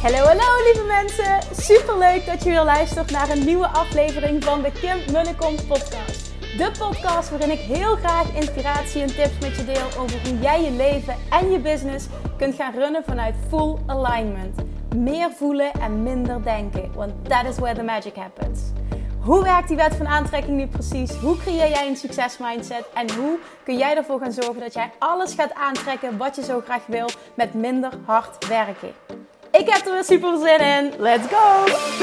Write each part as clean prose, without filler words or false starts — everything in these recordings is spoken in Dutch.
Hallo lieve mensen, superleuk dat je weer luistert naar een nieuwe aflevering van de Kim Munnekom podcast. De podcast waarin ik heel graag inspiratie en tips met je deel over hoe jij je leven en je business kunt gaan runnen vanuit full alignment. Meer voelen en minder denken, want that is where the magic happens. Hoe werkt die wet van aantrekking nu precies? Hoe creëer jij een succesmindset? En hoe kun jij ervoor gaan zorgen dat jij alles gaat aantrekken wat je zo graag wil met minder hard werken? Ik heb er weer super zin in. Let's go!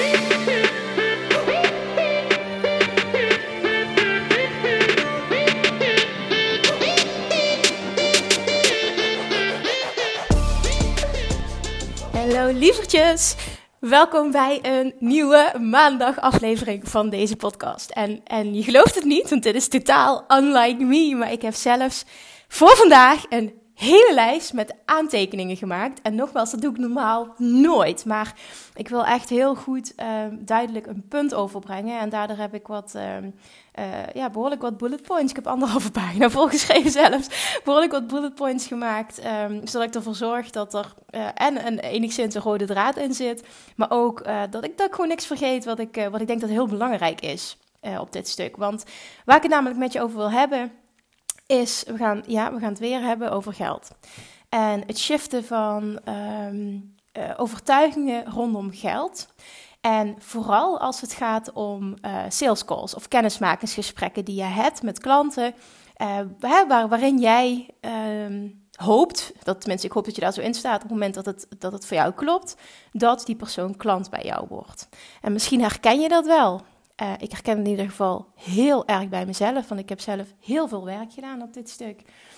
Hallo lievertjes! Welkom bij een nieuwe maandag aflevering van deze podcast. En je gelooft het niet, want dit is totaal unlike me. Maar ik heb zelfs voor vandaag een hele lijst met aantekeningen gemaakt. En nogmaals, dat doe ik normaal nooit. Maar ik wil echt heel goed duidelijk een punt overbrengen. En daardoor heb ik behoorlijk wat bullet points. Ik heb 1,5 pagina volgeschreven zelfs. Behoorlijk wat bullet points gemaakt. Zodat ik ervoor zorg dat er een enigszins een rode draad in zit. Maar ook dat ik gewoon niks vergeet wat ik denk dat heel belangrijk is op dit stuk. Want waar ik het namelijk met je over wil hebben is, we gaan het weer hebben over geld. En het shiften van overtuigingen rondom geld. En vooral als het gaat om sales calls of kennismakingsgesprekken die je hebt met klanten. Waarin jij hoopt, tenminste ik hoop dat je daar zo in staat op het moment dat het voor jou klopt, dat die persoon klant bij jou wordt. En misschien herken je dat wel. Ik herken het in ieder geval heel erg bij mezelf, want ik heb zelf heel veel werk gedaan op dit stuk.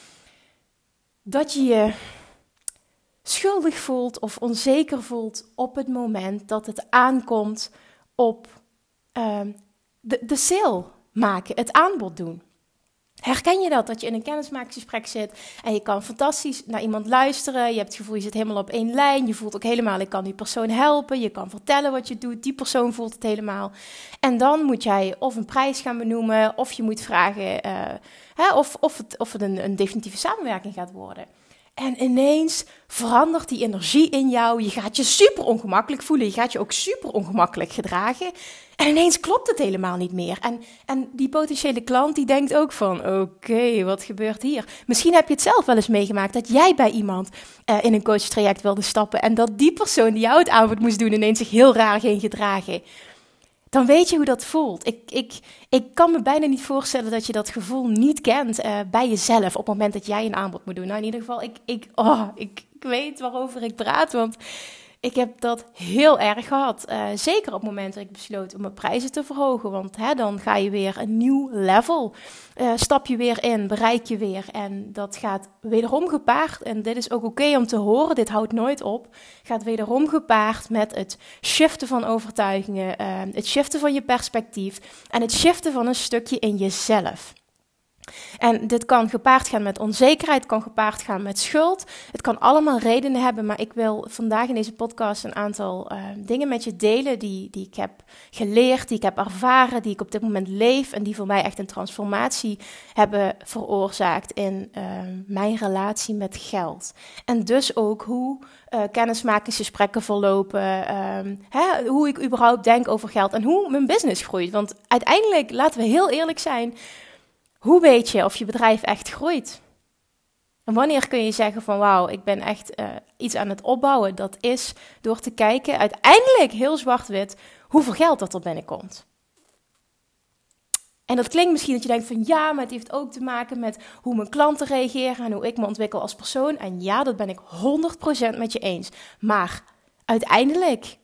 Dat je je schuldig voelt of onzeker voelt op het moment dat het aankomt op de sale maken, het aanbod doen. Herken je dat je in een kennismakingsgesprek zit en je kan fantastisch naar iemand luisteren. Je hebt het gevoel, je zit helemaal op één lijn. Je voelt ook helemaal, ik kan die persoon helpen. Je kan vertellen wat je doet. Die persoon voelt het helemaal. En dan moet jij of een prijs gaan benoemen of je moet vragen of het een definitieve samenwerking gaat worden. En ineens verandert die energie in jou. Je gaat je super ongemakkelijk voelen. Je gaat je ook super ongemakkelijk gedragen. En ineens klopt het helemaal niet meer. En die potentiële klant die denkt ook van, oké, wat gebeurt hier? Misschien heb je het zelf wel eens meegemaakt dat jij bij iemand in een coachtraject wilde stappen. En dat die persoon die jou het aanbod moest doen ineens zich heel raar ging gedragen. Dan weet je hoe dat voelt. Ik kan me bijna niet voorstellen dat je dat gevoel niet kent bij jezelf op het moment dat jij een aanbod moet doen. Nou, in ieder geval, ik weet waarover ik praat, want ik heb dat heel erg gehad. Zeker op het moment dat ik besloot om mijn prijzen te verhogen. Want dan ga je weer een nieuw level. Stap je weer in, bereik je weer. En dat gaat wederom gepaard. En dit is ook oké om te horen. Dit houdt nooit op. Gaat wederom gepaard met het shiften van overtuigingen. Het shiften van je perspectief. En het shiften van een stukje in jezelf. En dit kan gepaard gaan met onzekerheid, kan gepaard gaan met schuld. Het kan allemaal redenen hebben, maar ik wil vandaag in deze podcast een aantal dingen met je delen die ik heb geleerd, die ik heb ervaren, die ik op dit moment leef en die voor mij echt een transformatie hebben veroorzaakt in mijn relatie met geld. En dus ook hoe kennismakingsgesprekken verlopen, hoe ik überhaupt denk over geld en hoe mijn business groeit. Want uiteindelijk, laten we heel eerlijk zijn, hoe weet je of je bedrijf echt groeit? En wanneer kun je zeggen van wauw, ik ben echt iets aan het opbouwen? Dat is door te kijken, uiteindelijk heel zwart-wit, hoeveel geld dat er binnenkomt. En dat klinkt misschien dat je denkt van ja, maar het heeft ook te maken met hoe mijn klanten reageren en hoe ik me ontwikkel als persoon. En ja, dat ben ik 100% met je eens. Maar uiteindelijk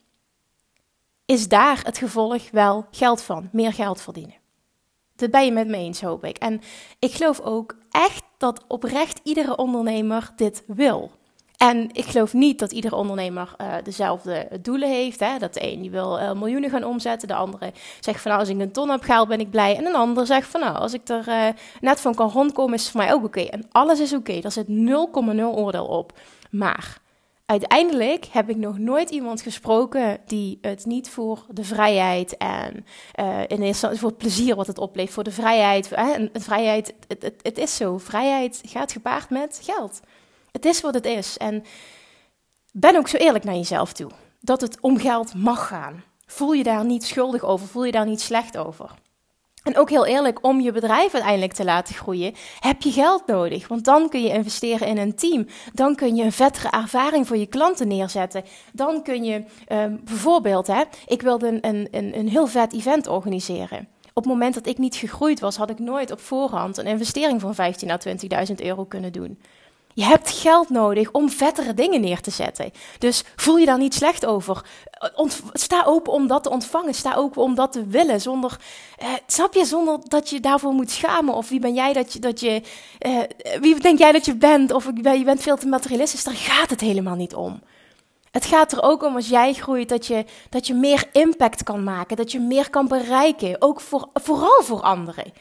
is daar het gevolg wel geld van, meer geld verdienen. Dat ben je met me eens, hoop ik. En ik geloof ook echt dat oprecht iedere ondernemer dit wil. En ik geloof niet dat iedere ondernemer dezelfde doelen heeft. Hè? Dat de een die wil miljoenen gaan omzetten. De andere zegt van nou, als ik een ton heb gehaald ben ik blij. En een ander zegt van nou, als ik er net van kan rondkomen is het voor mij ook oké. En alles is oké. Daar zit 0,0 oordeel op. Maar uiteindelijk heb ik nog nooit iemand gesproken die het niet voor de vrijheid en voor het plezier wat het oplevert, voor de vrijheid. En vrijheid, het is zo. Vrijheid gaat gepaard met geld. Het is wat het is. En ben ook zo eerlijk naar jezelf toe. dat het om geld mag gaan. Voel je daar niet schuldig over, voel je daar niet slecht over. En ook heel eerlijk, om je bedrijf uiteindelijk te laten groeien, heb je geld nodig. Want dan kun je investeren in een team. Dan kun je een vettere ervaring voor je klanten neerzetten. Dan kun je bijvoorbeeld, ik wilde een heel vet event organiseren. Op het moment dat ik niet gegroeid was, had ik nooit op voorhand een investering van 15.000 à 20.000 euro kunnen doen. Je hebt geld nodig om vettere dingen neer te zetten. Dus voel je daar niet slecht over. Sta open om dat te ontvangen. Sta open om dat te willen. Zonder dat je daarvoor moet schamen. Of wie ben jij wie denk jij dat je bent? Of je bent veel te materialistisch. Daar gaat het helemaal niet om. Het gaat er ook om als jij groeit dat je meer impact kan maken. Dat je meer kan bereiken. Ook vooral voor anderen.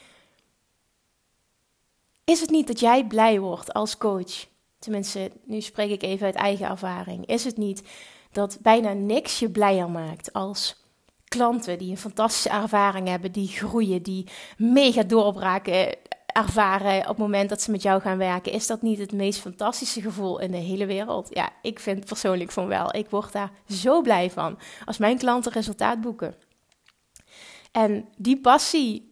Is het niet dat jij blij wordt als coach? Tenminste, nu spreek ik even uit eigen ervaring. Is het niet dat bijna niks je blijer maakt als klanten die een fantastische ervaring hebben, die groeien, die mega doorbraken ervaren op het moment dat ze met jou gaan werken? Is dat niet het meest fantastische gevoel in de hele wereld? Ja, ik vind persoonlijk van wel. Ik word daar zo blij van als mijn klanten resultaat boeken. En die passie,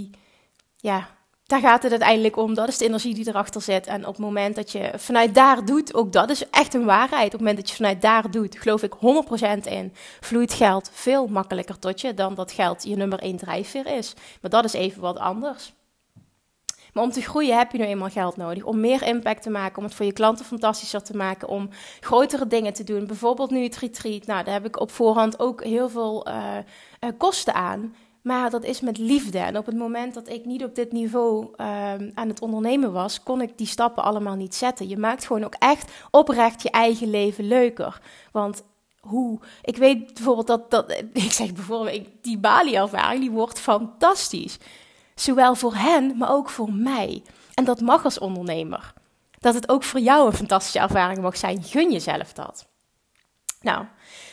daar gaat het uiteindelijk om. Dat is de energie die erachter zit. En op het moment dat je vanuit daar doet, ook dat is echt een waarheid. Op het moment dat je vanuit daar doet, geloof ik 100% in, vloeit geld veel makkelijker tot je dan dat geld je nummer 1 drijfveer is. Maar dat is even wat anders. Maar om te groeien heb je nu eenmaal geld nodig. Om meer impact te maken, om het voor je klanten fantastischer te maken, om grotere dingen te doen. Bijvoorbeeld nu het retreat. Nou, daar heb ik op voorhand ook heel veel kosten aan. Maar dat is met liefde. En op het moment dat ik niet op dit niveau aan het ondernemen was, kon ik die stappen allemaal niet zetten. Je maakt gewoon ook echt oprecht je eigen leven leuker. Want ik weet bijvoorbeeld die Bali-ervaring, die wordt fantastisch. Zowel voor hen, maar ook voor mij. En dat mag als ondernemer. Dat het ook voor jou een fantastische ervaring mag zijn. Gun jezelf dat. Nou,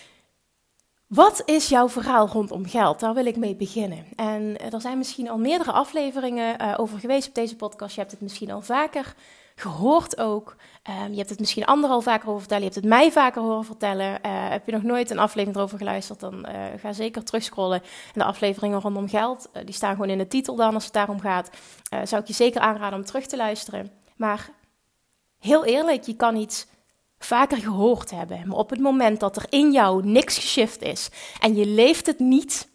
wat is jouw verhaal rondom geld? Daar wil ik mee beginnen. En er zijn misschien al meerdere afleveringen over geweest op deze podcast. Je hebt het misschien al vaker gehoord ook. Je hebt het misschien anderen al vaker horen vertellen. Je hebt het mij vaker horen vertellen. Heb je nog nooit een aflevering erover geluisterd, dan ga zeker terugscrollen. En de afleveringen rondom geld, die staan gewoon in de titel dan als het daarom gaat. Zou ik je zeker aanraden om terug te luisteren. Maar heel eerlijk, je kan iets vaker gehoord hebben. Maar op het moment dat er in jou niks geshift is en je leeft het niet,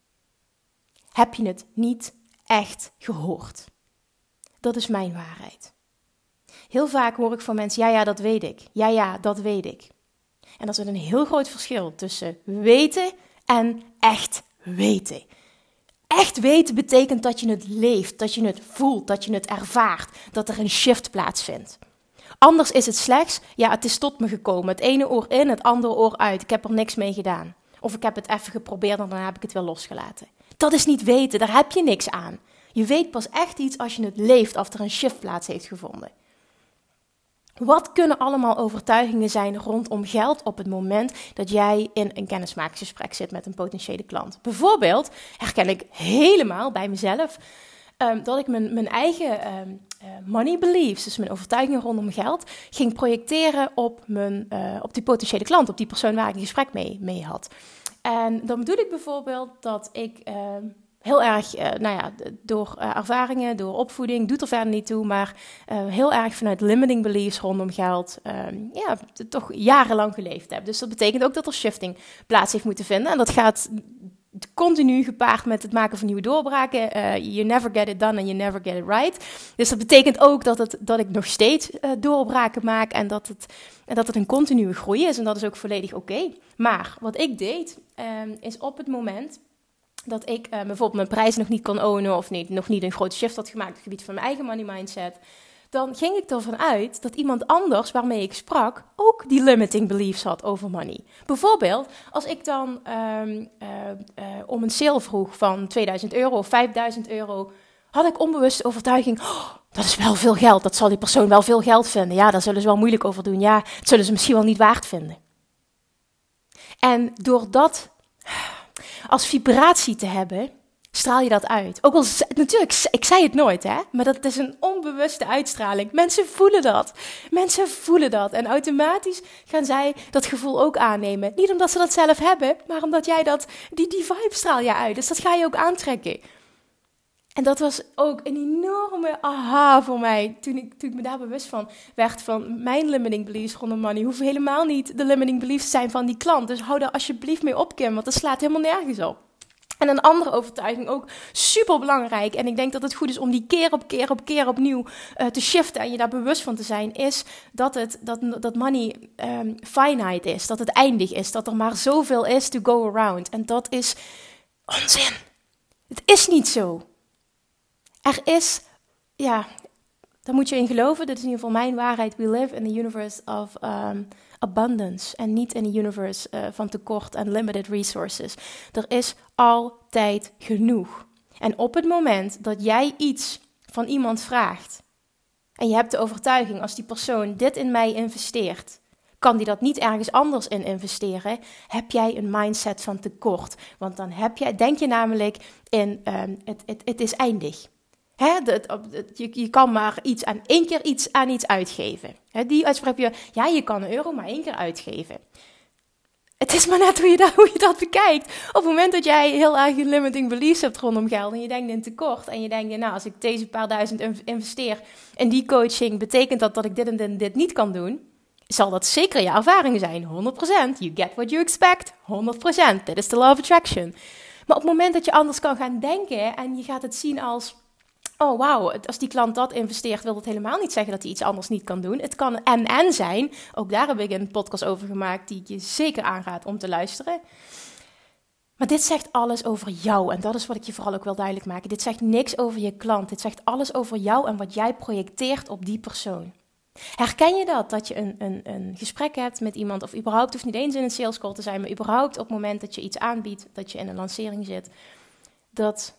heb je het niet echt gehoord. Dat is mijn waarheid. Heel vaak hoor ik van mensen, ja, dat weet ik. Ja, dat weet ik. En er zit een heel groot verschil tussen weten en echt weten. Echt weten betekent dat je het leeft, dat je het voelt, dat je het ervaart, dat er een shift plaatsvindt. Anders is het slechts, het is tot me gekomen. Het ene oor in, het andere oor uit. Ik heb er niks mee gedaan. Of ik heb het even geprobeerd en dan heb ik het weer losgelaten. Dat is niet weten, daar heb je niks aan. Je weet pas echt iets als je het leeft, of er een shift plaats heeft gevonden. Wat kunnen allemaal overtuigingen zijn rondom geld op het moment dat jij in een kennismakingsgesprek zit met een potentiële klant? Bijvoorbeeld herken ik helemaal bij mezelf dat ik mijn eigen money beliefs, dus mijn overtuigingen rondom geld, ging projecteren op die potentiële klant, op die persoon waar ik een gesprek mee had. En dan bedoel ik bijvoorbeeld dat ik heel erg, door ervaringen, door opvoeding, doet er verder niet toe, maar heel erg vanuit limiting beliefs rondom geld, toch jarenlang geleefd heb. Dus dat betekent ook dat er shifting plaats heeft moeten vinden. En dat gaat continu gepaard met het maken van nieuwe doorbraken. You never get it done and you never get it right. Dus dat betekent ook dat ik nog steeds doorbraken maak en dat het een continue groei is. En dat is ook volledig oké. Maar wat ik deed, is op het moment dat ik bijvoorbeeld mijn prijs nog niet kon ownen of nog niet een grote shift had gemaakt op het gebied van mijn eigen money mindset, dan ging ik ervan uit dat iemand anders waarmee ik sprak ook die limiting beliefs had over money. Bijvoorbeeld, als ik dan om een sale vroeg van 2000 euro of 5000 euro, had ik onbewust de overtuiging, dat is wel veel geld, dat zal die persoon wel veel geld vinden. Ja, daar zullen ze wel moeilijk over doen. Ja, dat zullen ze misschien wel niet waard vinden. En door dat als vibratie te hebben, straal je dat uit. Ook al, natuurlijk, ik zei het nooit, hè, maar dat is een onbewuste uitstraling. Mensen voelen dat. Mensen voelen dat. En automatisch gaan zij dat gevoel ook aannemen. Niet omdat ze dat zelf hebben, maar omdat jij die vibe straal je uit. Dus dat ga je ook aantrekken. En dat was ook een enorme aha voor mij, toen ik me daar bewust van werd van mijn limiting beliefs rondom money. Hoeven helemaal niet de limiting beliefs zijn van die klant. Dus hou daar alsjeblieft mee op, Kim, want dat slaat helemaal nergens op. En een andere overtuiging, ook super belangrijk, en ik denk dat het goed is om die keer op keer opnieuw te shiften en je daar bewust van te zijn, is dat money finite is, dat het eindig is, dat er maar zoveel is to go around. En dat is onzin. Het is niet zo. Er is, daar moet je in geloven, dit is in ieder geval mijn waarheid. We live in the universe of abundance en niet in the universe van tekort en limited resources. Er is altijd genoeg. En op het moment dat jij iets van iemand vraagt en je hebt de overtuiging, als die persoon dit in mij investeert, kan die dat niet ergens anders in investeren, heb jij een mindset van tekort. Want dan denk je namelijk in het is eindig. Je kan maar één keer iets aan iets uitgeven. Die uitspraak heb je kan €1 maar 1 keer uitgeven. Het is maar net hoe je dat bekijkt. Op het moment dat jij heel erg een limiting beliefs hebt rondom geld en je denkt in tekort en je denkt, als ik deze paar duizend investeer in die coaching, betekent dat ik dit en dit niet kan doen, zal dat zeker je ervaring zijn. 100%. You get what you expect. 100%. That is the law of attraction. Maar op het moment dat je anders kan gaan denken en je gaat het zien als, oh wauw, als die klant dat investeert, wil dat helemaal niet zeggen dat hij iets anders niet kan doen. Het kan en zijn. Ook daar heb ik een podcast over gemaakt die ik je zeker aanraad om te luisteren. Maar dit zegt alles over jou. En dat is wat ik je vooral ook wil duidelijk maken. Dit zegt niks over je klant. Dit zegt alles over jou en wat jij projecteert op die persoon. Herken je dat je een gesprek hebt met iemand, of überhaupt, hoeft niet eens in een sales call te zijn, maar überhaupt op het moment dat je iets aanbiedt, dat je in een lancering zit, dat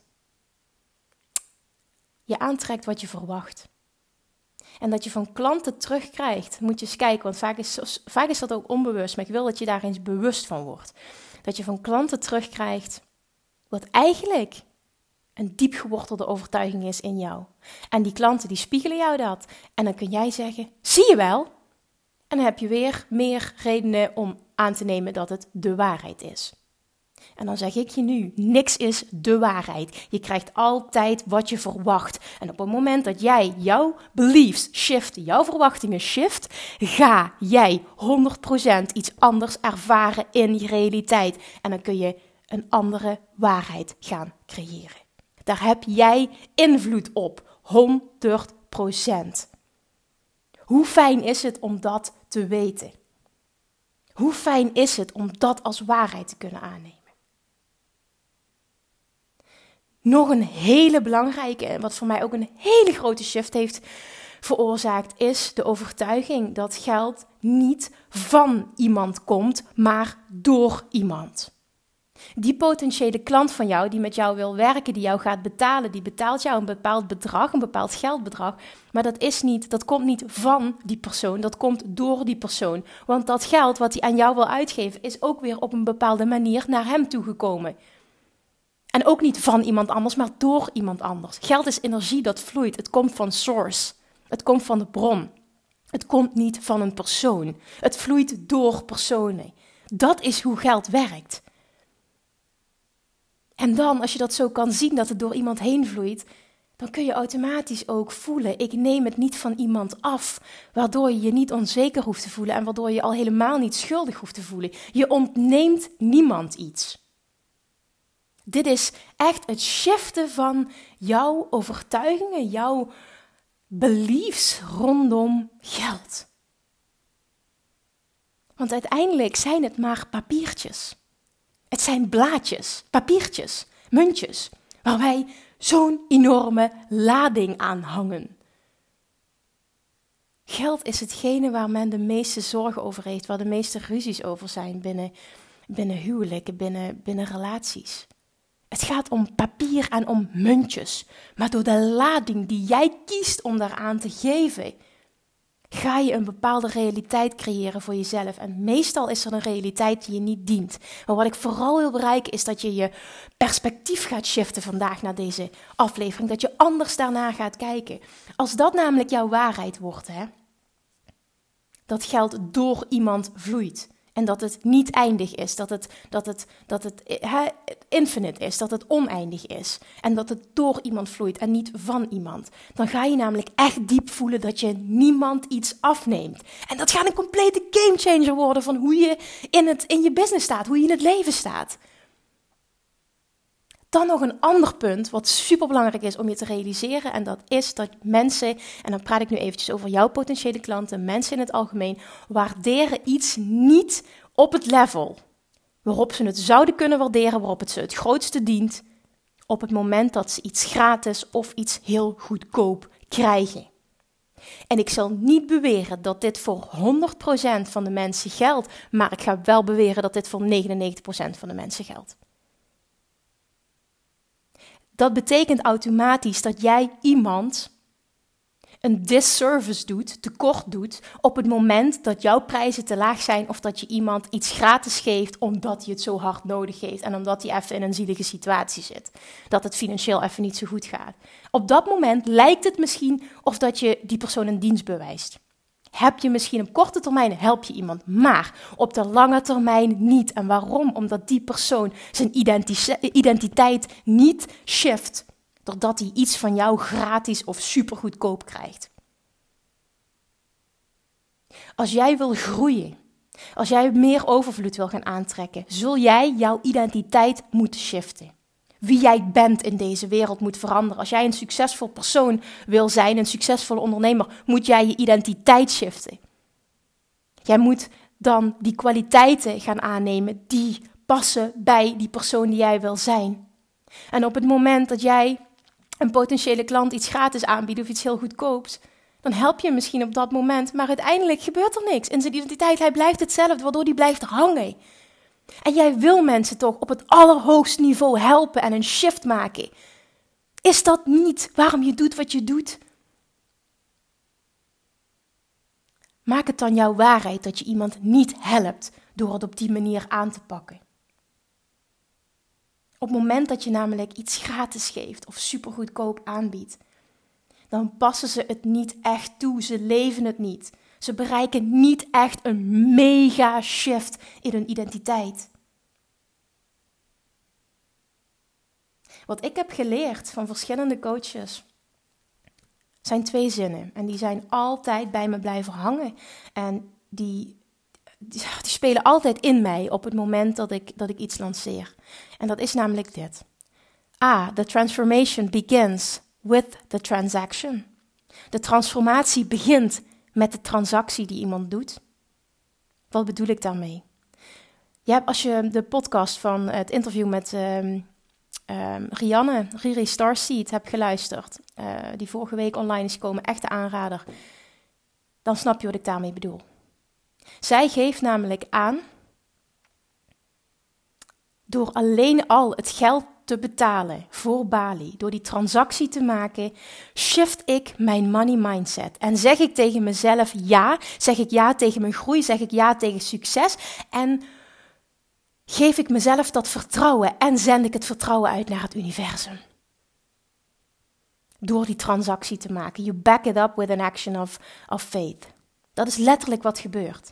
je aantrekt wat je verwacht. En dat je van klanten terugkrijgt, moet je eens kijken, want vaak is dat ook onbewust, maar ik wil dat je daar eens bewust van wordt. Dat je van klanten terugkrijgt wat eigenlijk een diep gewortelde overtuiging is in jou. En die klanten die spiegelen jou dat. En dan kun jij zeggen, zie je wel? En dan heb je weer meer redenen om aan te nemen dat het de waarheid is. En dan zeg ik je nu, niks is de waarheid. Je krijgt altijd wat je verwacht. En op het moment dat jij jouw beliefs shift, jouw verwachtingen shift, ga jij 100% iets anders ervaren in je realiteit. En dan kun je een andere waarheid gaan creëren. Daar heb jij invloed op, 100%. Hoe fijn is het om dat te weten? Hoe fijn is het om dat als waarheid te kunnen aannemen? Nog een hele belangrijke, en wat voor mij ook een hele grote shift heeft veroorzaakt, is de overtuiging dat geld niet van iemand komt, maar door iemand. Die potentiële klant van jou, die met jou wil werken, die jou gaat betalen, die betaalt jou een bepaald bedrag, een bepaald geldbedrag. Maar dat komt niet van die persoon, dat komt door die persoon. Want dat geld wat hij aan jou wil uitgeven, is ook weer op een bepaalde manier naar hem toegekomen. En ook niet van iemand anders, maar door iemand anders. Geld is energie dat vloeit. Het komt van source. Het komt van de bron. Het komt niet van een persoon. Het vloeit door personen. Dat is hoe geld werkt. En dan, als je dat zo kan zien, dat het door iemand heen vloeit, dan kun je automatisch ook voelen, ik neem het niet van iemand af, waardoor je je niet onzeker hoeft te voelen en waardoor je al helemaal niet schuldig hoeft te voelen. Je ontneemt niemand iets. Dit is echt het shiften van jouw overtuigingen, jouw beliefs rondom geld. Want uiteindelijk zijn het maar papiertjes. Het zijn blaadjes, papiertjes, muntjes, waar wij zo'n enorme lading aan hangen. Geld is hetgene waar men de meeste zorgen over heeft, waar de meeste ruzies over zijn binnen huwelijken, binnen relaties. Het gaat om papier en om muntjes, maar door de lading die jij kiest om daaraan te geven, ga je een bepaalde realiteit creëren voor jezelf. En meestal is er een realiteit die je niet dient. Maar wat ik vooral wil bereiken is dat je je perspectief gaat shiften vandaag naar deze aflevering. Dat je anders daarna gaat kijken. Als dat namelijk jouw waarheid wordt, dat geld door iemand vloeit. En dat het niet eindig is, dat het infinite is, dat het oneindig is. En dat het door iemand vloeit en niet van iemand. Dan ga je namelijk echt diep voelen dat je niemand iets afneemt. En dat gaat een complete gamechanger worden van hoe je in je business staat, hoe je in het leven staat. Dan nog een ander punt wat superbelangrijk is om je te realiseren. En dat is dat mensen, en dan praat ik nu eventjes over jouw potentiële klanten, mensen in het algemeen, waarderen iets niet op het level waarop ze het zouden kunnen waarderen, waarop het ze het grootste dient, op het moment dat ze iets gratis of iets heel goedkoop krijgen. En ik zal niet beweren dat dit voor 100% van de mensen geldt, maar ik ga wel beweren dat dit voor 99% van de mensen geldt. Dat betekent automatisch dat jij iemand een disservice doet, tekort doet, op het moment dat jouw prijzen te laag zijn of dat je iemand iets gratis geeft omdat hij het zo hard nodig heeft en omdat hij even in een zielige situatie zit. Dat het financieel even niet zo goed gaat. Op dat moment lijkt het misschien of dat je die persoon een dienst bewijst. Heb je misschien op korte termijn, help je iemand, maar op de lange termijn niet. En waarom? Omdat die persoon zijn identiteit niet shift, doordat hij iets van jou gratis of supergoedkoop krijgt. Als jij wil groeien, als jij meer overvloed wil gaan aantrekken, zul jij jouw identiteit moeten shiften. Wie jij bent in deze wereld moet veranderen. Als jij een succesvol persoon wil zijn, een succesvolle ondernemer, moet jij je identiteit shiften. Jij moet dan die kwaliteiten gaan aannemen die passen bij die persoon die jij wil zijn. En op het moment dat jij een potentiële klant iets gratis aanbiedt of iets heel goedkoops, dan help je hem misschien op dat moment, maar uiteindelijk gebeurt er niks. In zijn identiteit, hij blijft hetzelfde, waardoor hij blijft hangen. En jij wil mensen toch op het allerhoogste niveau helpen en een shift maken. Is dat niet waarom je doet wat je doet? Maak het dan jouw waarheid dat je iemand niet helpt door het op die manier aan te pakken. Op het moment dat je namelijk iets gratis geeft of supergoedkoop aanbiedt, dan passen ze het niet echt toe, ze leven het niet. Ze bereiken niet echt een mega shift in hun identiteit. Wat ik heb geleerd van verschillende coaches zijn 2 zinnen. En die zijn altijd bij me blijven hangen. En die spelen altijd in mij op het moment dat ik iets lanceer. En dat is namelijk dit. The transformation begins with the transaction. De transformatie begint met de transactie die iemand doet. Wat bedoel ik daarmee? Als je de podcast van het interview met Riri Starseed hebt geluisterd, die vorige week online is gekomen, echte aanrader, dan snap je wat ik daarmee bedoel. Zij geeft namelijk aan, door alleen al het geld te betalen voor Bali, door die transactie te maken, shift ik mijn money mindset. En zeg ik tegen mezelf ja, zeg ik ja tegen mijn groei, zeg ik ja tegen succes en geef ik mezelf dat vertrouwen en zend ik het vertrouwen uit naar het universum. Door die transactie te maken. You back it up with an action of faith. Dat is letterlijk wat gebeurt.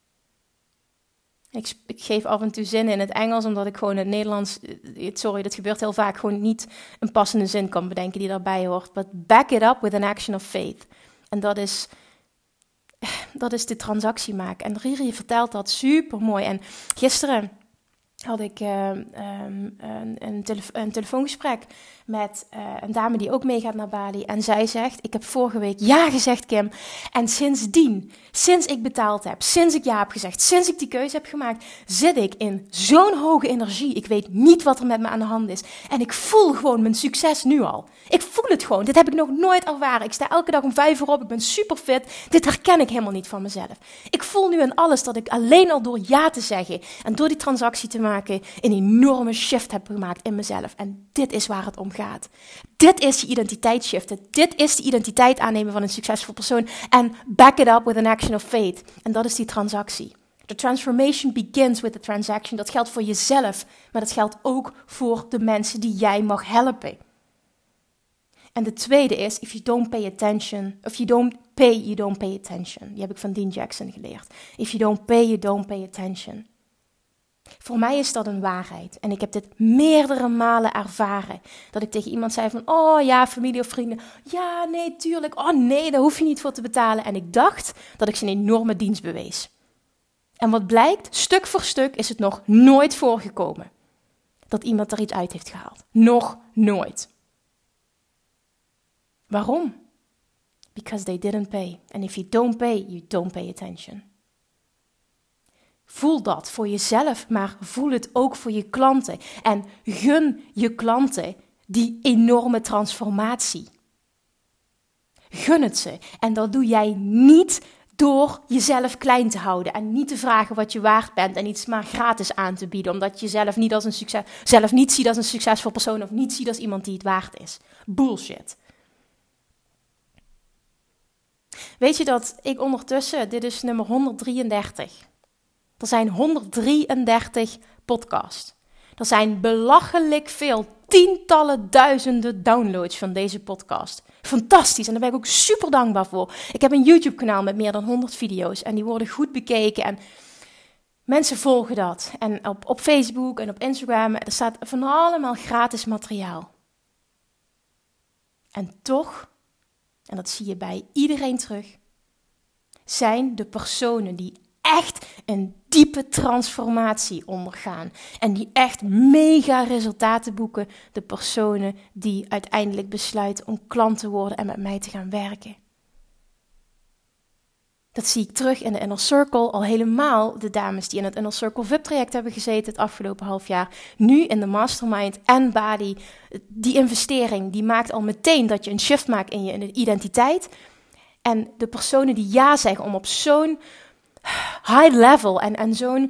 Ik geef af en toe zinnen in het Engels, omdat ik gewoon in het Nederlands, dat gebeurt heel vaak, gewoon niet een passende zin kan bedenken die daarbij hoort. But back it up with an action of faith. En dat is de transactie maken. En Riri vertelt dat super mooi. En gisteren had ik een telefoongesprek met een dame die ook meegaat naar Bali. En zij zegt, ik heb vorige week ja gezegd, Kim. En sindsdien, sinds ik betaald heb, sinds ik ja heb gezegd, sinds ik die keuze heb gemaakt, zit ik in zo'n hoge energie. Ik weet niet wat er met me aan de hand is. En ik voel gewoon mijn succes nu al. Ik voel het gewoon. Dit heb ik nog nooit ervaren. Ik sta elke dag om 5 uur op. Ik ben super fit. Dit herken ik helemaal niet van mezelf. Ik voel nu in alles dat ik alleen al door ja te zeggen en door die transactie te maken, maken, een enorme shift heb gemaakt in mezelf. En dit is waar het om gaat. Dit is je identiteitsshiften. Dit is de identiteit aannemen van een succesvol persoon. En back it up with an action of faith. En dat is die transactie. The transformation begins with the transaction. Dat geldt voor jezelf, maar dat geldt ook voor de mensen die jij mag helpen. En de tweede is, if you don't pay attention, if you don't pay, you don't pay attention. Die heb ik van Dean Jackson geleerd. If you don't pay, you don't pay attention. Voor mij is dat een waarheid. En ik heb dit meerdere malen ervaren. Dat ik tegen iemand zei van, oh ja, familie of vrienden. Ja, nee, tuurlijk. Oh nee, daar hoef je niet voor te betalen. En ik dacht dat ik ze een enorme dienst bewees. En wat blijkt, stuk voor stuk is het nog nooit voorgekomen. Dat iemand er iets uit heeft gehaald. Nog nooit. Waarom? Because they didn't pay. And if you don't pay, you don't pay attention. Voel dat voor jezelf, maar voel het ook voor je klanten. En gun je klanten die enorme transformatie. Gun het ze. En dat doe jij niet door jezelf klein te houden. En niet te vragen wat je waard bent. En iets maar gratis aan te bieden. Omdat je jezelf niet als zelf niet ziet als een succesvol persoon. Of niet ziet als iemand die het waard is. Bullshit. Weet je dat ik ondertussen, dit is nummer 133. Er zijn 133 podcasts. Er zijn belachelijk veel, tientallen duizenden downloads van deze podcast. Fantastisch en daar ben ik ook super dankbaar voor. Ik heb een YouTube kanaal met meer dan 100 video's en die worden goed bekeken en mensen volgen dat. En op Facebook en op Instagram, er staat van allemaal gratis materiaal. En toch, en dat zie je bij iedereen terug, zijn de personen die echt een diepe transformatie ondergaan. En die echt mega resultaten boeken. De personen die uiteindelijk besluiten om klant te worden en met mij te gaan werken. Dat zie ik terug in de Inner Circle. Al helemaal de dames die in het Inner Circle VIP-traject hebben gezeten het afgelopen half jaar. Nu in de Mastermind en Body. Die investering die maakt al meteen dat je een shift maakt in je identiteit. En de personen die ja zeggen om op zo'n high level en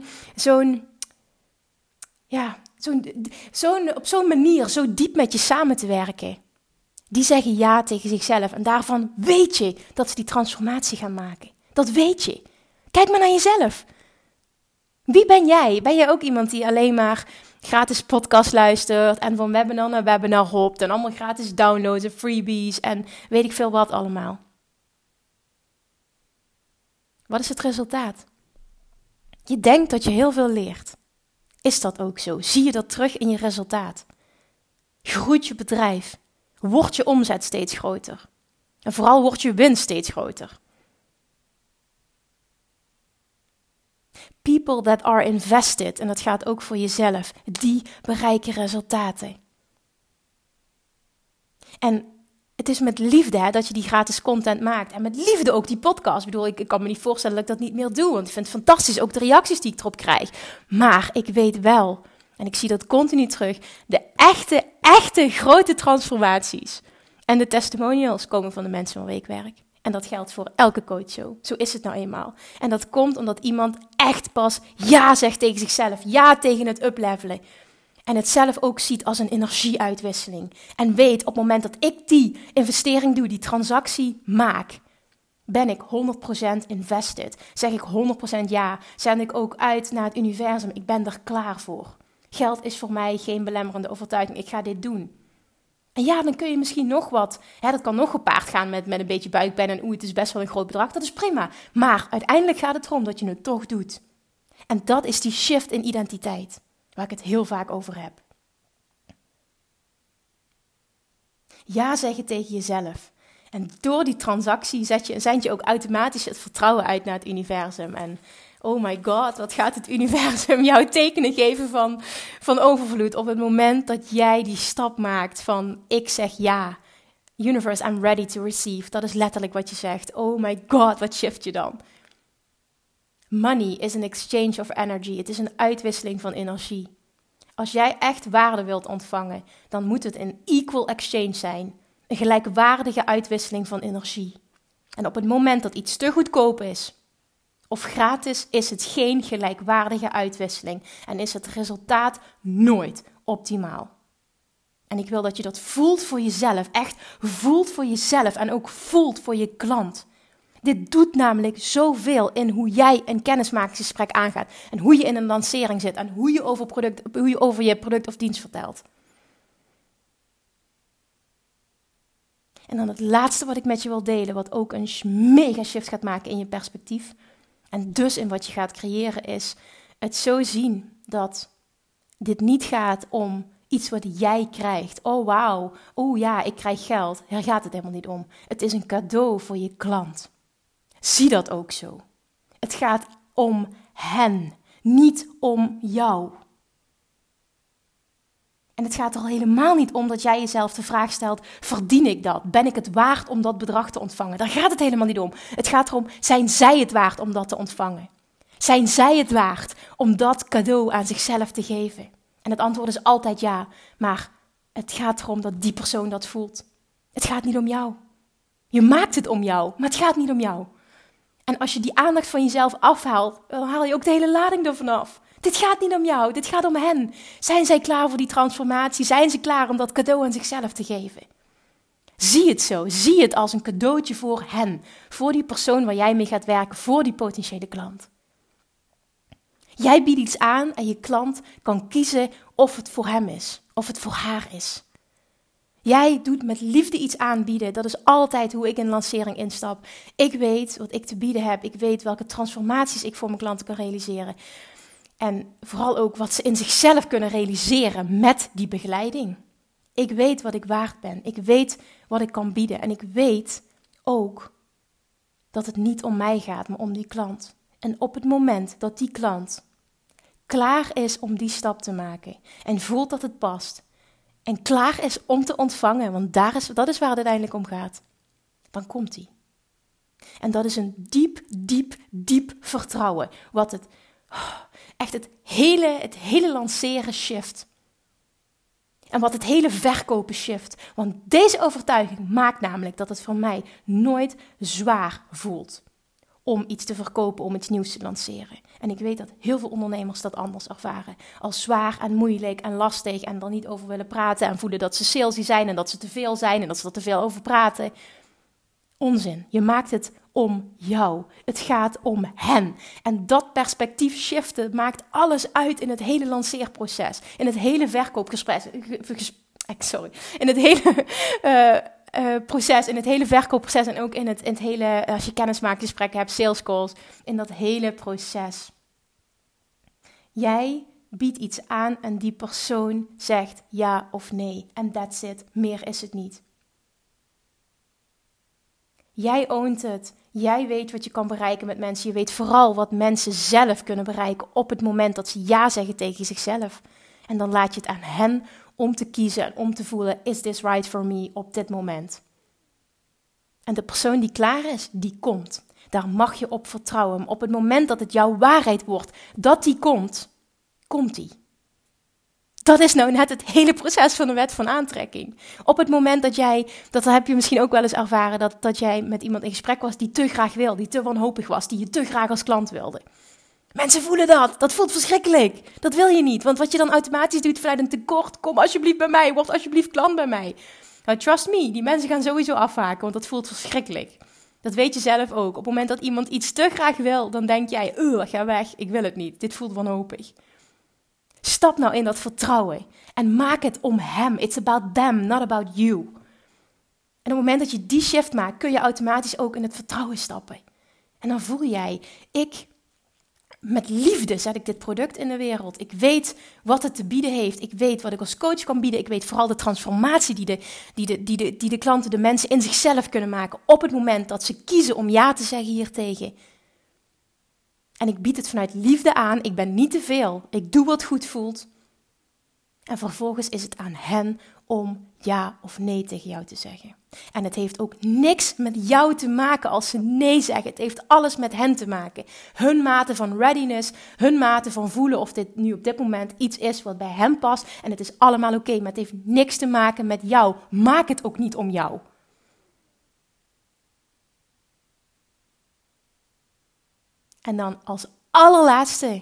op zo'n manier zo diep met je samen te werken. Die zeggen ja tegen zichzelf en daarvan weet je dat ze die transformatie gaan maken. Dat weet je. Kijk maar naar jezelf. Wie ben jij? Ben jij ook iemand die alleen maar gratis podcast luistert en van webinar naar webinar hopt en allemaal gratis downloads en freebies en weet ik veel wat allemaal? Wat is het resultaat? Je denkt dat je heel veel leert. Is dat ook zo? Zie je dat terug in je resultaat? Groeit je bedrijf? Wordt je omzet steeds groter? En vooral wordt je winst steeds groter? People that are invested, en dat gaat ook voor jezelf, die bereiken resultaten. En het is met liefde dat je die gratis content maakt. En met liefde ook die podcast. Ik bedoel, ik kan me niet voorstellen dat ik dat niet meer doe. Want ik vind het fantastisch, ook de reacties die ik erop krijg. Maar ik weet wel, en ik zie dat continu terug, de echte grote transformaties. En de testimonials komen van de mensen waarmee ik werk. En dat geldt voor elke coachshow. Zo is het nou eenmaal. En dat komt omdat iemand echt pas ja zegt tegen zichzelf. Ja tegen het uplevelen. En het zelf ook ziet als een energieuitwisseling. En weet op het moment dat ik die investering doe, die transactie maak, ben ik 100% invested. Zeg ik 100% ja. Zend ik ook uit naar het universum. Ik ben er klaar voor. Geld is voor mij geen belemmerende overtuiging. Ik ga dit doen. En ja, dan kun je misschien nog wat. Dat kan nog gepaard gaan met een beetje buikpijn. En het is best wel een groot bedrag. Dat is prima. Maar uiteindelijk gaat het erom dat je het toch doet. En dat is die shift in identiteit. Waar ik het heel vaak over heb. Ja zeggen tegen jezelf. En door die transactie zend je ook automatisch het vertrouwen uit naar het universum. En oh my god, wat gaat het universum jou tekenen geven van overvloed. Op het moment dat jij die stap maakt van ik zeg ja. Universe, I'm ready to receive. Dat is letterlijk wat je zegt. Oh my god, wat shift je dan? Money is an exchange of energy. Het is een uitwisseling van energie. Als jij echt waarde wilt ontvangen, dan moet het een equal exchange zijn. Een gelijkwaardige uitwisseling van energie. En op het moment dat iets te goedkoop is, of gratis is het geen gelijkwaardige uitwisseling en is het resultaat nooit optimaal. En ik wil dat je dat voelt voor jezelf, echt voelt voor jezelf en ook voelt voor je klant. Dit doet namelijk zoveel in hoe jij een kennismakingsgesprek aangaat en hoe je in een lancering zit en hoe je over je product of dienst vertelt. En dan het laatste wat ik met je wil delen, wat ook een mega shift gaat maken in je perspectief en dus in wat je gaat creëren, is het zo zien dat dit niet gaat om iets wat jij krijgt. Oh wauw, oh ja, ik krijg geld. Daar gaat het helemaal niet om. Het is een cadeau voor je klant. Zie dat ook zo. Het gaat om hen, niet om jou. En het gaat er al helemaal niet om dat jij jezelf de vraag stelt, verdien ik dat? Ben ik het waard om dat bedrag te ontvangen? Daar gaat het helemaal niet om. Het gaat erom, zijn zij het waard om dat te ontvangen? Zijn zij het waard om dat cadeau aan zichzelf te geven? En het antwoord is altijd ja, maar het gaat erom dat die persoon dat voelt. Het gaat niet om jou. Je maakt het om jou, maar het gaat niet om jou. En als je die aandacht van jezelf afhaalt, dan haal je ook de hele lading ervan af. Dit gaat niet om jou, dit gaat om hen. Zijn zij klaar voor die transformatie? Zijn ze klaar om dat cadeau aan zichzelf te geven? Zie het zo, zie het als een cadeautje voor hen. Voor die persoon waar jij mee gaat werken, voor die potentiële klant. Jij biedt iets aan en je klant kan kiezen of het voor hem is, of het voor haar is. Jij doet met liefde iets aanbieden. Dat is altijd hoe ik in lancering instap. Ik weet wat ik te bieden heb. Ik weet welke transformaties ik voor mijn klanten kan realiseren. En vooral ook wat ze in zichzelf kunnen realiseren met die begeleiding. Ik weet wat ik waard ben. Ik weet wat ik kan bieden. En ik weet ook dat het niet om mij gaat, maar om die klant. En op het moment dat die klant klaar is om die stap te maken en voelt dat het past en klaar is om te ontvangen, want dat is waar het uiteindelijk om gaat, dan komt hij. En dat is een diep vertrouwen, wat het hele lanceren shift. En wat het hele verkopen shift. Want deze overtuiging maakt namelijk dat het voor mij nooit zwaar voelt om iets te verkopen, om iets nieuws te lanceren. En ik weet dat heel veel ondernemers dat anders ervaren. Als zwaar en moeilijk en lastig en er niet over willen praten en voelen dat ze salesy zijn en dat ze te veel zijn en dat ze er te veel over praten. Onzin. Je maakt het om jou. Het gaat om hen. En dat perspectief shiften maakt alles uit in het hele lanceerproces. In het hele verkoopgesprek. In het hele proces, in het hele verkoopproces en ook in het hele, als je kennismakingsgesprekken hebt, sales calls, in dat hele proces. Jij biedt iets aan en die persoon zegt ja of nee. En that's it. Meer is het niet. Jij ownt het. Jij weet wat je kan bereiken met mensen. Je weet vooral wat mensen zelf kunnen bereiken op het moment dat ze ja zeggen tegen zichzelf. En dan laat je het aan hen om te kiezen en om te voelen, is this right for me op dit moment? En de persoon die klaar is, die komt. Daar mag je op vertrouwen. Maar op het moment dat het jouw waarheid wordt, dat die komt, komt die. Dat is nou net het hele proces van de wet van aantrekking. Op het moment dat heb je misschien ook wel eens ervaren, dat jij met iemand in gesprek was die te graag wil, die te wanhopig was, die je te graag als klant wilde. Mensen voelen dat voelt verschrikkelijk. Dat wil je niet, want wat je dan automatisch doet vanuit een tekort, kom alsjeblieft bij mij, word alsjeblieft klant bij mij. Nou, trust me, die mensen gaan sowieso afhaken, want dat voelt verschrikkelijk. Dat weet je zelf ook. Op het moment dat iemand iets te graag wil, dan denk jij, ga weg, ik wil het niet, dit voelt wanhopig. Stap nou in dat vertrouwen en maak het om hem. It's about them, not about you. En op het moment dat je die shift maakt, kun je automatisch ook in het vertrouwen stappen. En dan voel jij, met liefde zet ik dit product in de wereld. Ik weet wat het te bieden heeft. Ik weet wat ik als coach kan bieden. Ik weet vooral de transformatie die de klanten, de mensen in zichzelf kunnen maken op het moment dat ze kiezen om ja te zeggen hiertegen. En ik bied het vanuit liefde aan. Ik ben niet te veel. Ik doe wat goed voelt. En vervolgens is het aan hen om ja of nee tegen jou te zeggen. En het heeft ook niks met jou te maken als ze nee zeggen. Het heeft alles met hen te maken. Hun mate van readiness, hun mate van voelen of dit nu op dit moment iets is wat bij hen past. En het is allemaal oké, maar het heeft niks te maken met jou. Maak het ook niet om jou. En dan als allerlaatste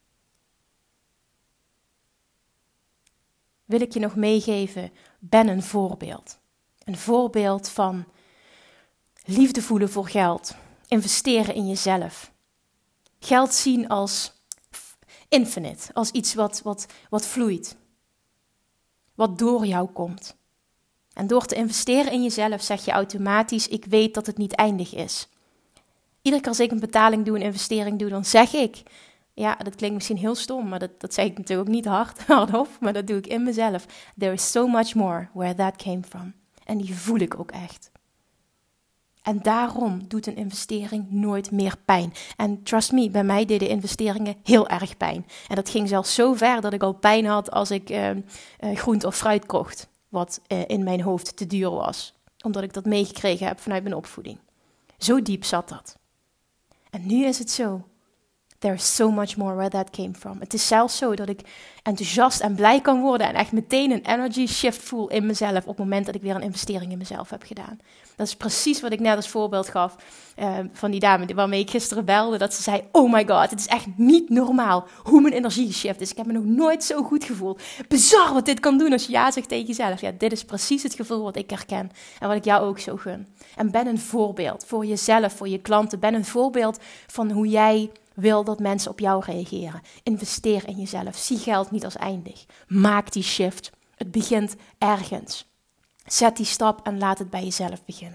wil ik je nog meegeven, ben een voorbeeld. Een voorbeeld van liefde voelen voor geld. Investeren in jezelf. Geld zien als infinite, als iets wat vloeit. Wat door jou komt. En door te investeren in jezelf zeg je automatisch, ik weet dat het niet eindig is. Iedere keer als ik een betaling doe, een investering doe, dan zeg ik, ja, dat klinkt misschien heel stom, maar dat zeg ik natuurlijk ook niet hardop, maar dat doe ik in mezelf. There is so much more where that came from. En die voel ik ook echt. En daarom doet een investering nooit meer pijn. En trust me, bij mij deden investeringen heel erg pijn. En dat ging zelfs zo ver dat ik al pijn had als ik groente of fruit kocht. Wat in mijn hoofd te duur was. Omdat ik dat meegekregen heb vanuit mijn opvoeding. Zo diep zat dat. En nu is het zo. There is so much more where that came from. Het is zelfs zo dat ik enthousiast en blij kan worden en echt meteen een energy shift voel in mezelf op het moment dat ik weer een investering in mezelf heb gedaan. Dat is precies wat ik net als voorbeeld gaf van die dame waarmee ik gisteren belde. Dat ze zei, oh my god, het is echt niet normaal hoe mijn energie geshift is. Ik heb me nog nooit zo goed gevoeld. Bizar wat dit kan doen als je ja zegt tegen jezelf. Ja, dit is precies het gevoel wat ik herken en wat ik jou ook zo gun. En ben een voorbeeld voor jezelf, voor je klanten. Ben een voorbeeld van hoe jij wil dat mensen op jou reageren. Investeer in jezelf. Zie geld niet als eindig. Maak die shift. Het begint ergens. Zet die stap en laat het bij jezelf beginnen.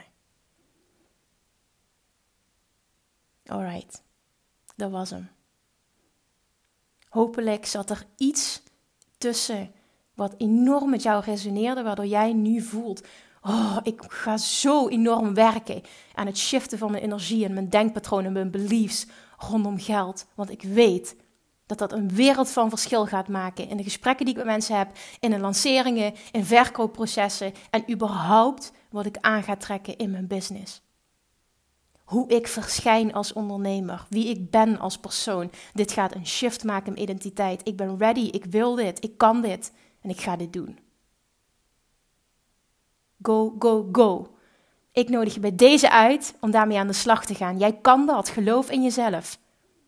Alright, dat was hem. Hopelijk zat er iets tussen wat enorm met jou resoneerde, waardoor jij nu voelt, oh, ik ga zo enorm werken aan het shiften van mijn energie en mijn denkpatroon en mijn beliefs rondom geld. Want ik weet dat dat een wereld van verschil gaat maken in de gesprekken die ik met mensen heb, in de lanceringen, in verkoopprocessen en überhaupt wat ik aan ga trekken in mijn business. Hoe ik verschijn als ondernemer, wie ik ben als persoon. Dit gaat een shift maken in mijn identiteit. Ik ben ready, ik wil dit, ik kan dit en ik ga dit doen. Go, go, go. Ik nodig je bij deze uit om daarmee aan de slag te gaan. Jij kan dat, geloof in jezelf.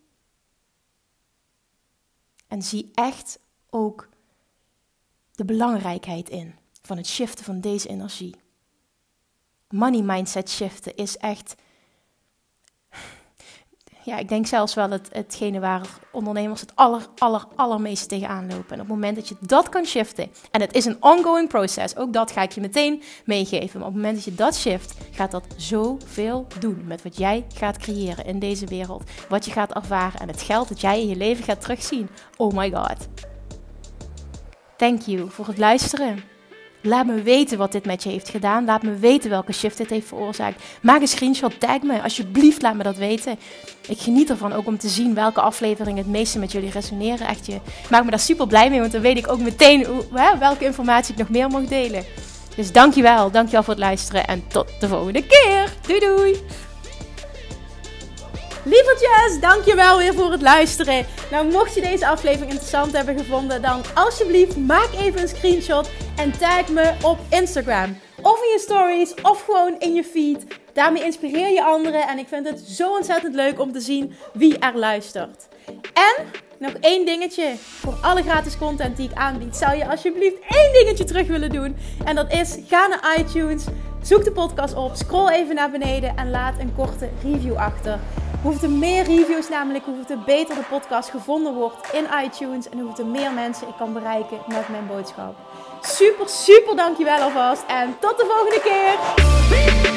En zie echt ook de belangrijkheid in van het shiften van deze energie. Money mindset shiften is echt, ja, ik denk zelfs wel hetgene waar ondernemers het allermeeste tegenaan lopen. En op het moment dat je dat kan shiften, en het is een ongoing process, ook dat ga ik je meteen meegeven. Maar op het moment dat je dat shift, gaat dat zoveel doen met wat jij gaat creëren in deze wereld. Wat je gaat ervaren en het geld dat jij in je leven gaat terugzien. Oh my god. Thank you voor het luisteren. Laat me weten wat dit met je heeft gedaan. Laat me weten welke shift dit heeft veroorzaakt. Maak een screenshot, tag me. Alsjeblieft, laat me dat weten. Ik geniet ervan ook om te zien welke afleveringen het meeste met jullie resoneren. Echt, je maakt me daar super blij mee, want dan weet ik ook meteen welke informatie ik nog meer mag delen. Dus dankjewel voor het luisteren en tot de volgende keer. Doei doei! Lievertjes, dankjewel weer voor het luisteren. Nou, mocht je deze aflevering interessant hebben gevonden, dan alsjeblieft maak even een screenshot en tag me op Instagram. Of in je stories, of gewoon in je feed. Daarmee inspireer je anderen en ik vind het zo ontzettend leuk om te zien wie er luistert. En nog één dingetje. Voor alle gratis content die ik aanbied, zou je alsjeblieft één dingetje terug willen doen. En dat is, ga naar iTunes, zoek de podcast op, scroll even naar beneden en laat een korte review achter. Hoe er meer reviews namelijk, hoe er beter de podcast gevonden wordt in iTunes en hoe er meer mensen ik kan bereiken met mijn boodschap. Super dankjewel alvast en tot de volgende keer!